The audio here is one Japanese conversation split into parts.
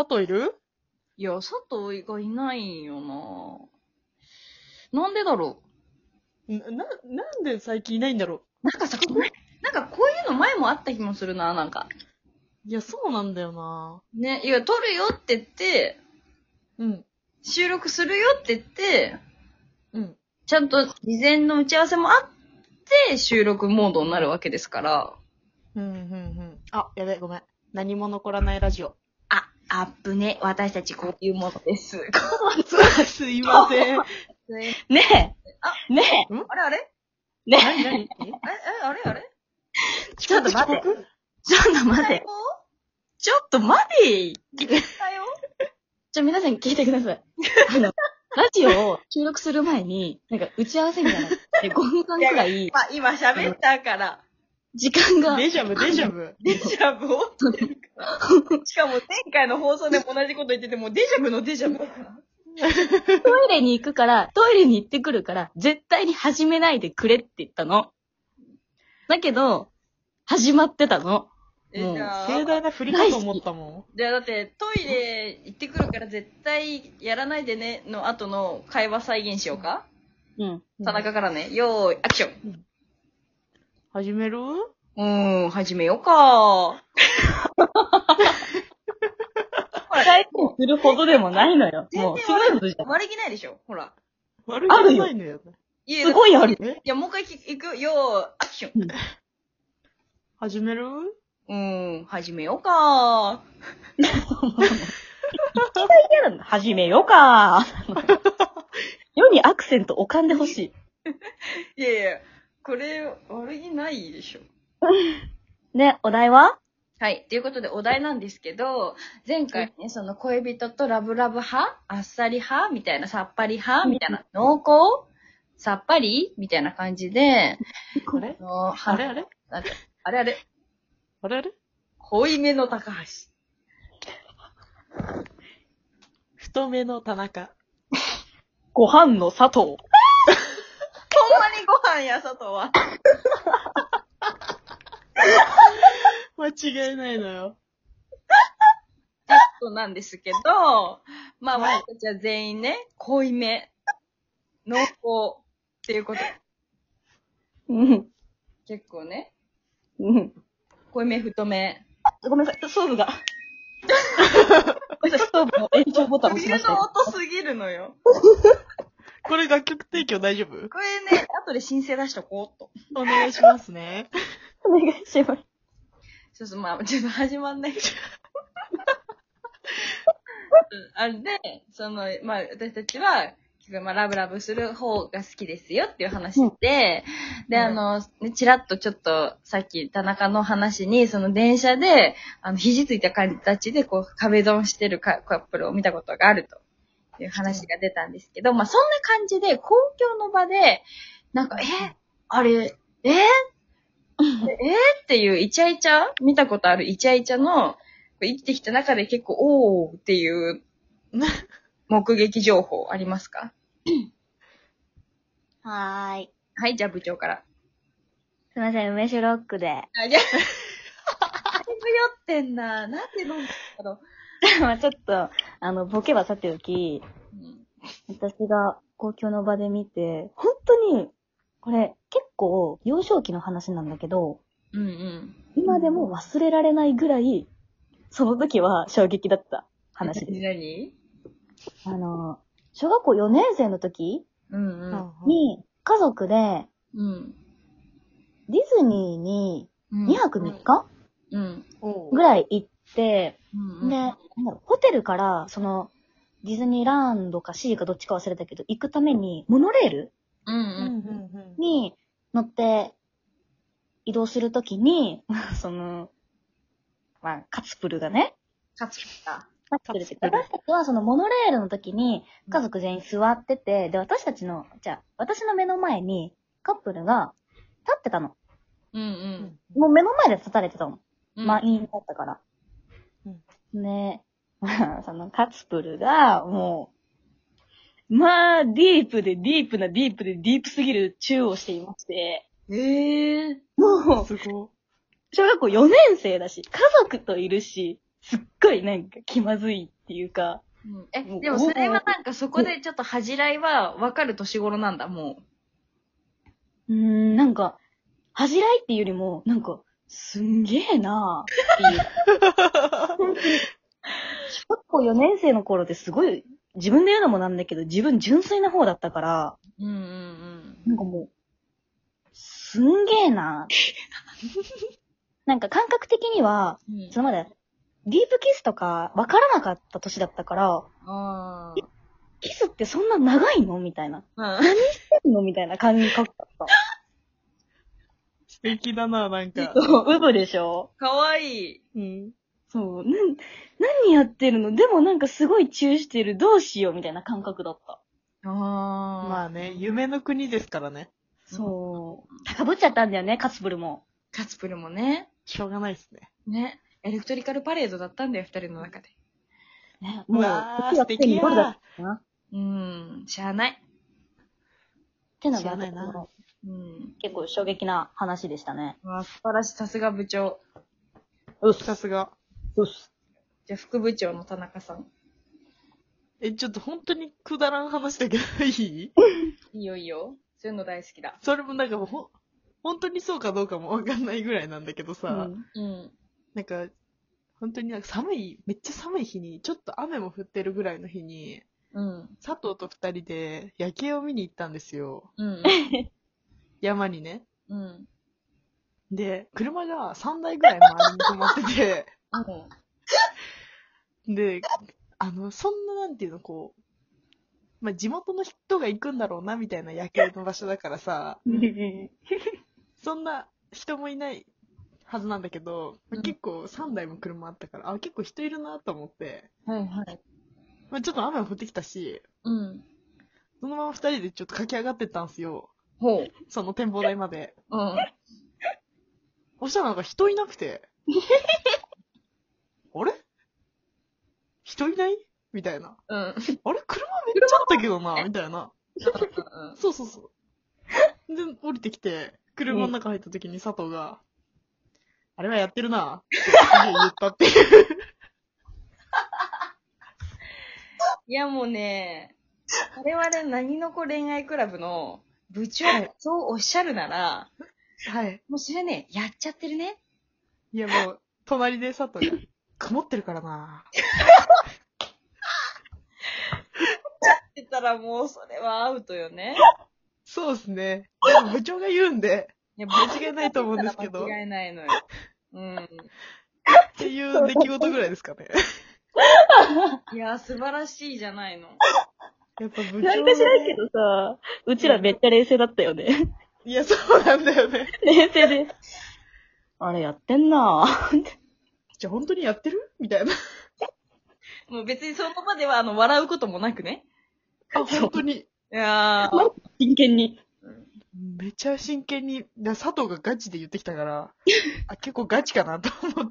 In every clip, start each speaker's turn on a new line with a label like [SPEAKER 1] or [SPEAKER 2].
[SPEAKER 1] 佐藤いる？
[SPEAKER 2] いや、佐藤がいないよな。なんでだろ
[SPEAKER 1] なんで最近いないんだろ
[SPEAKER 2] う。なんかさ、こういうの前もあった気もするな、なんか。
[SPEAKER 1] う。いや、そうなんだよな。
[SPEAKER 2] ね、いや、撮るよって言って、
[SPEAKER 1] うん。
[SPEAKER 2] 収録するよって言って、
[SPEAKER 1] うん。
[SPEAKER 2] ちゃんと事前の打ち合わせもあって収録モードになるわけですから。
[SPEAKER 1] あ、やべ、ごめん。何も残らないラジオ。
[SPEAKER 2] アップね。私たちこういうものです。
[SPEAKER 1] すいません。
[SPEAKER 2] ねえ。ねえ。
[SPEAKER 1] ん
[SPEAKER 2] あれ
[SPEAKER 1] 何
[SPEAKER 2] あれ
[SPEAKER 1] ちょっと待って。
[SPEAKER 2] ちょっと待て。ちょっと待て。聞いたよ。皆さん聞いてください。ラジオを収録する前に、なんか打ち合わせみたいな。で、5分間くらい。
[SPEAKER 3] 今喋ったから。
[SPEAKER 2] 時間が。
[SPEAKER 1] デジャブ。
[SPEAKER 3] デジャブをしかも前回の放送でも同じこと言ってても、デジャブのデジャブだから。
[SPEAKER 2] トイレに行ってくるから、絶対に始めないでくれって言ったの。だけど、始まってたの。
[SPEAKER 3] じゃあ、
[SPEAKER 1] 盛大な振りかと思ったも
[SPEAKER 3] じゃあだってトイレ行ってくるから絶対やらないでねの後の会話再現しようか。
[SPEAKER 2] うん。
[SPEAKER 1] ん。
[SPEAKER 3] 田中からね、よーい、アクション。
[SPEAKER 1] 始める？
[SPEAKER 3] 始めようか。
[SPEAKER 2] 再現するほどでもないのよ。もう、すごいことじゃん。
[SPEAKER 3] 悪気ないでしょほら。
[SPEAKER 1] 悪気ないのよ。
[SPEAKER 3] いや
[SPEAKER 2] すごいある。
[SPEAKER 3] いや、もう一回行くよー、アクション。
[SPEAKER 1] 始める？
[SPEAKER 3] 始めようか。
[SPEAKER 2] 始めようか。世にアクセント置かんでほしい。
[SPEAKER 3] いやいや、これ悪気ないでしょ。
[SPEAKER 2] ね、お題は？
[SPEAKER 3] はい。ということでお題なんですけど、前回ね、その恋人とラブラブ派あっさり派みたいな、さっぱり派みたいな、濃厚さっぱりみたいな感じで、
[SPEAKER 1] あれあれあれ
[SPEAKER 3] 濃いめの高橋。
[SPEAKER 1] 太めの田中。
[SPEAKER 2] ご飯の佐藤。
[SPEAKER 3] ほんまにご飯や、佐藤は。
[SPEAKER 1] 間違いないのよ。
[SPEAKER 3] そうなんですけど、まあ、私たちは全員ね、濃いめ、濃厚っていうこと。
[SPEAKER 2] うん。
[SPEAKER 3] 結構ね、
[SPEAKER 2] うん。
[SPEAKER 3] 濃いめ、太め。
[SPEAKER 2] ごめんなさい、ストーブが。ごめんなさい、ストーブの延長ボタンを押しま
[SPEAKER 3] 冬の
[SPEAKER 2] した。
[SPEAKER 3] 音すぎるのよ。
[SPEAKER 1] これ楽曲提供大丈夫？
[SPEAKER 3] これね、後で申請出しとこうっと。
[SPEAKER 1] お願いしますね。
[SPEAKER 2] お願いします。
[SPEAKER 3] そう、まあ、ちょっと始まんないけど。あれで、まあ、私たちは、まあ、ラブラブする方が好きですよっていう話で、で、ちらっとちょっと、さっき田中の話に、その電車で、肘ついた形で、こう、壁ドンしてるカップルを見たことがあるという話が出たんですけど、まあ、そんな感じで、公共の場で、なんか、あれ、っていうイチャイチャ見たことあるイチャイチャの、生きてきた中で結構、おーっていう目撃情報ありますか？
[SPEAKER 2] はーい。
[SPEAKER 3] はい、じゃあ部長から。
[SPEAKER 2] すいません、梅酒ロックで。
[SPEAKER 3] あ、じゃあ、だいぶ酔ってんだ。なんで飲んだんだろう。
[SPEAKER 2] まあちょっと、ボケはさておき、私が公共の場で見て、本当に、これ結構幼少期の話なんだけど、
[SPEAKER 3] うん。
[SPEAKER 2] 今でも忘れられないぐらい、その時は衝撃だった話です。
[SPEAKER 3] 何？
[SPEAKER 2] 小学校4年生の時に、家族で、ディズニーに2泊3日ぐらい行って、で、ホテルから、ディズニーランドかシーかどっちか忘れたけど、行くために、モノレールに乗って移動するときに、まあ、カツプルがね。
[SPEAKER 3] カツプルか。
[SPEAKER 2] 私たちはそのモノレールの時に家族全員座ってて、で、私の目の前にカップルが立ってたの。もう目の前で立たれてたの。満員だったから。ね、そのカツプルが、もう、まあ、ディープすぎるチューをしていまして。もう、
[SPEAKER 1] すごい。
[SPEAKER 2] 小学校4年生だし、家族といるし、 すっごいなんか気まずいっていうか。
[SPEAKER 3] でもそれはなんかそこでちょっと恥じらいは分かる年頃なんだ、も
[SPEAKER 2] なんか、恥じらいっていうよりも、なんか、すんげえなーっていう。小学校4年生の頃ってすごい、自分で言うのもなんだけど、自分純粋な方だったから、なんかもう、すんげえなーなんか感覚的には、そのまで、ディープキスとか分からなかった年だったから、キスってそんな長いのみたいな。何してんのみたいな感覚だった。
[SPEAKER 1] 素敵だな、なんか。
[SPEAKER 2] そう、ウブでしょ？
[SPEAKER 3] かわいい。
[SPEAKER 2] そう、何やってるの？でもなんかすごいチューしてる。どうしようみたいな感覚だった。
[SPEAKER 1] まあね、夢の国ですからね。
[SPEAKER 2] そう。高ぶっちゃったんだよね、カツプルも。
[SPEAKER 3] カツプルもね。
[SPEAKER 1] しょうがないですね。
[SPEAKER 3] ね。エレクトリカルパレードだったんだよ、二人の中で。
[SPEAKER 2] ね、もう、
[SPEAKER 1] 素敵や。
[SPEAKER 3] しゃあない。
[SPEAKER 2] ってのがな。結構衝撃な話でしたね。
[SPEAKER 3] 素晴らしい、さすが部長。
[SPEAKER 1] さすが。
[SPEAKER 3] じゃあ副部長の田中さん。
[SPEAKER 1] ちょっと本当にくだらん話だけど、いい？
[SPEAKER 3] いいよいいよ。そういうの大好きだ。
[SPEAKER 1] それもなんかもう、本当にそうかどうかもわかんないぐらいなんだけどさ、なんか、本当になんかめっちゃ寒い日に、ちょっと雨も降ってるぐらいの日に、佐藤と二人で夜景を見に行ったんですよ。山にね。で、車が3台ぐらい周りに止まってて、で、そんななんていうの、こう、まあ、地元の人が行くんだろうな、みたいな夜景の場所だからさ、そんな人もいないはずなんだけど、結構3台も車あったから、結構人いるなと思って、まあ、ちょっと雨も降ってきたし、そのまま2人でちょっと駆け上がってったんすよ。その展望台まで。そしたらなんか人いなくて、あれ人いないみたいな。あれ車めっちゃあったけどなみたいな。そうそうそう。で、降りてきて、車の中入った時に佐藤が、あれはやってるなってすげえ言ったっていう。
[SPEAKER 3] いやもうね、我々何の子恋愛クラブの部長がそうおっしゃるなら、もうそれね、やっちゃってるね。
[SPEAKER 1] いやもう、隣で佐藤が、曇ってるからな
[SPEAKER 3] ってたらもうそれはアウトよね。
[SPEAKER 1] そうですね。でも部長が言うんで、間違いないと思うんですけど。
[SPEAKER 3] 間違いないのよ。
[SPEAKER 1] っていう出来事ぐらいですかね。
[SPEAKER 3] いや、素晴らしいじゃないの。
[SPEAKER 2] やっぱ部長なんか知らんけどさ、うちらめっちゃ冷静だったよね。
[SPEAKER 1] いや、そうなんだよね。
[SPEAKER 2] 冷静で。あれやってんなぁ。
[SPEAKER 1] じゃあ本当にやってるみたいな。
[SPEAKER 3] もう別にその場では笑うこともなくね。
[SPEAKER 1] 本当に。
[SPEAKER 3] いや
[SPEAKER 2] ー。真剣に。
[SPEAKER 1] めちゃ真剣に、佐藤がガチで言ってきたから、結構ガチかなと思って。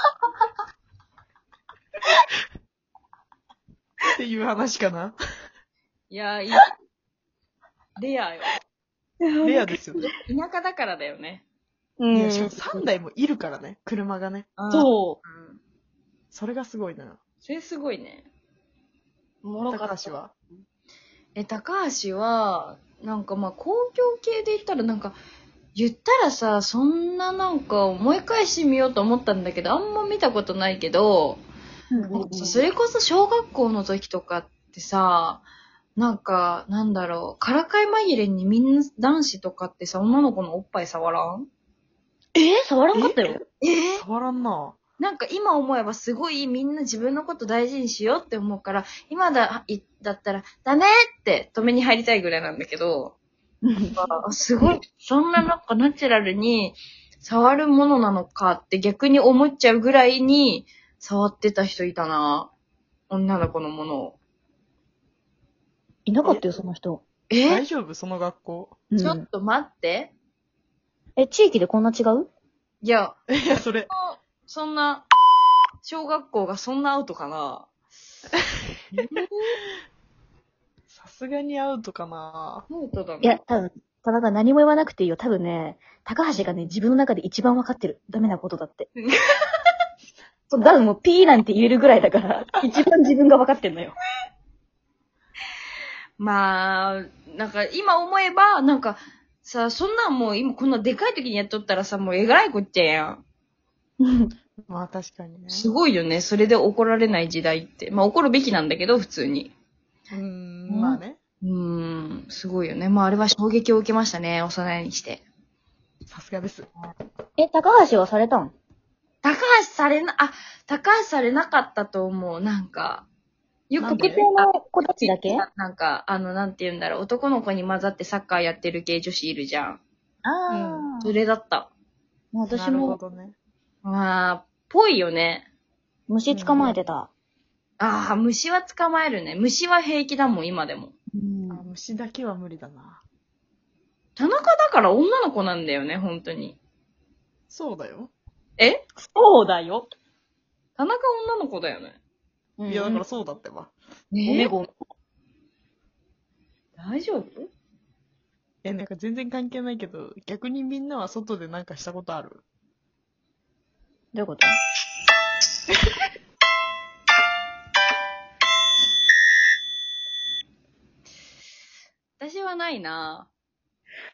[SPEAKER 1] っていう話かな。
[SPEAKER 3] いや、いい。レアよ。
[SPEAKER 1] レアですよね。
[SPEAKER 3] 田舎だからだよね。
[SPEAKER 1] いや、しかも3台もいるからね、車がね。
[SPEAKER 2] そう。
[SPEAKER 1] それがすごいな。
[SPEAKER 3] それすごいね。
[SPEAKER 1] 高橋は
[SPEAKER 3] 高橋は、なんか公共系で言ったら言ったらさ、そんな思い返してみようと思ったんだけど、あんま見たことないけど、それこそ小学校の時とかってさ、なんだろう、からかい紛れにみんな男子とかってさ、女の子のおっぱい触らん？
[SPEAKER 2] 触らんかったよ。
[SPEAKER 1] 触らんな。
[SPEAKER 3] 今思えばすごいみんな自分のこと大事にしようって思うから、今だったらダメって止めに入りたいぐらいなんだけど、すごい、そんなナチュラルに触るものなのかって逆に思っちゃうぐらいに触ってた人いたな。女の子のものを。
[SPEAKER 2] いなかったよ、その人。
[SPEAKER 1] 大丈夫その学校。
[SPEAKER 3] ちょっと待って。
[SPEAKER 2] 地域でこんな違う？
[SPEAKER 3] いや、
[SPEAKER 1] それ。
[SPEAKER 3] そんな、小学校がそんなアウトかな。
[SPEAKER 1] さすがにアウトかな。
[SPEAKER 3] アウトだね。
[SPEAKER 2] いや、多分、田中何も言わなくていいよ。多分ね、高橋がね、自分の中で一番わかってる。ダメなことだって。 だもうピーなんて言えるぐらいだから、一番自分が分かってんのよ。
[SPEAKER 3] まあ、なんか今思えば、なんかさ、そんなんもう今こんなでかい時にやっとったらさ、もうえがらいこっちゃやん。
[SPEAKER 1] まあ確かにね。
[SPEAKER 3] すごいよね。それで怒られない時代って。まあ怒るべきなんだけど、普通に。
[SPEAKER 1] まあね。
[SPEAKER 3] すごいよね。まああれは衝撃を受けましたね、幼いにして。
[SPEAKER 1] さすがです。
[SPEAKER 2] 高橋はされたん？
[SPEAKER 3] 高橋されなかったと思う。なんか、よく
[SPEAKER 2] 特定の子たちだけ？
[SPEAKER 3] なんか、なんて言うんだろう。男の子に混ざってサッカーやってる系女子いるじゃん。
[SPEAKER 2] ああ。
[SPEAKER 3] それだった。
[SPEAKER 2] 私も。
[SPEAKER 1] なるほどね。
[SPEAKER 3] まあ、ぽいよね。
[SPEAKER 2] 虫捕まえてた。
[SPEAKER 3] ああ、虫は捕まえるね。虫は平気だもん、今でも。
[SPEAKER 1] 虫だけは無理だな。
[SPEAKER 3] 田中だから女の子なんだよね、本当に。
[SPEAKER 1] そうだよ。
[SPEAKER 3] え？
[SPEAKER 2] そうだよ。
[SPEAKER 3] 田中女の子だよね。
[SPEAKER 1] いや、だからそうだってば。
[SPEAKER 2] ごめごめ。
[SPEAKER 3] 大丈夫？
[SPEAKER 1] なんか全然関係ないけど、逆にみんなは外でなんかしたことある？
[SPEAKER 2] どういうこと？
[SPEAKER 3] 私はないな。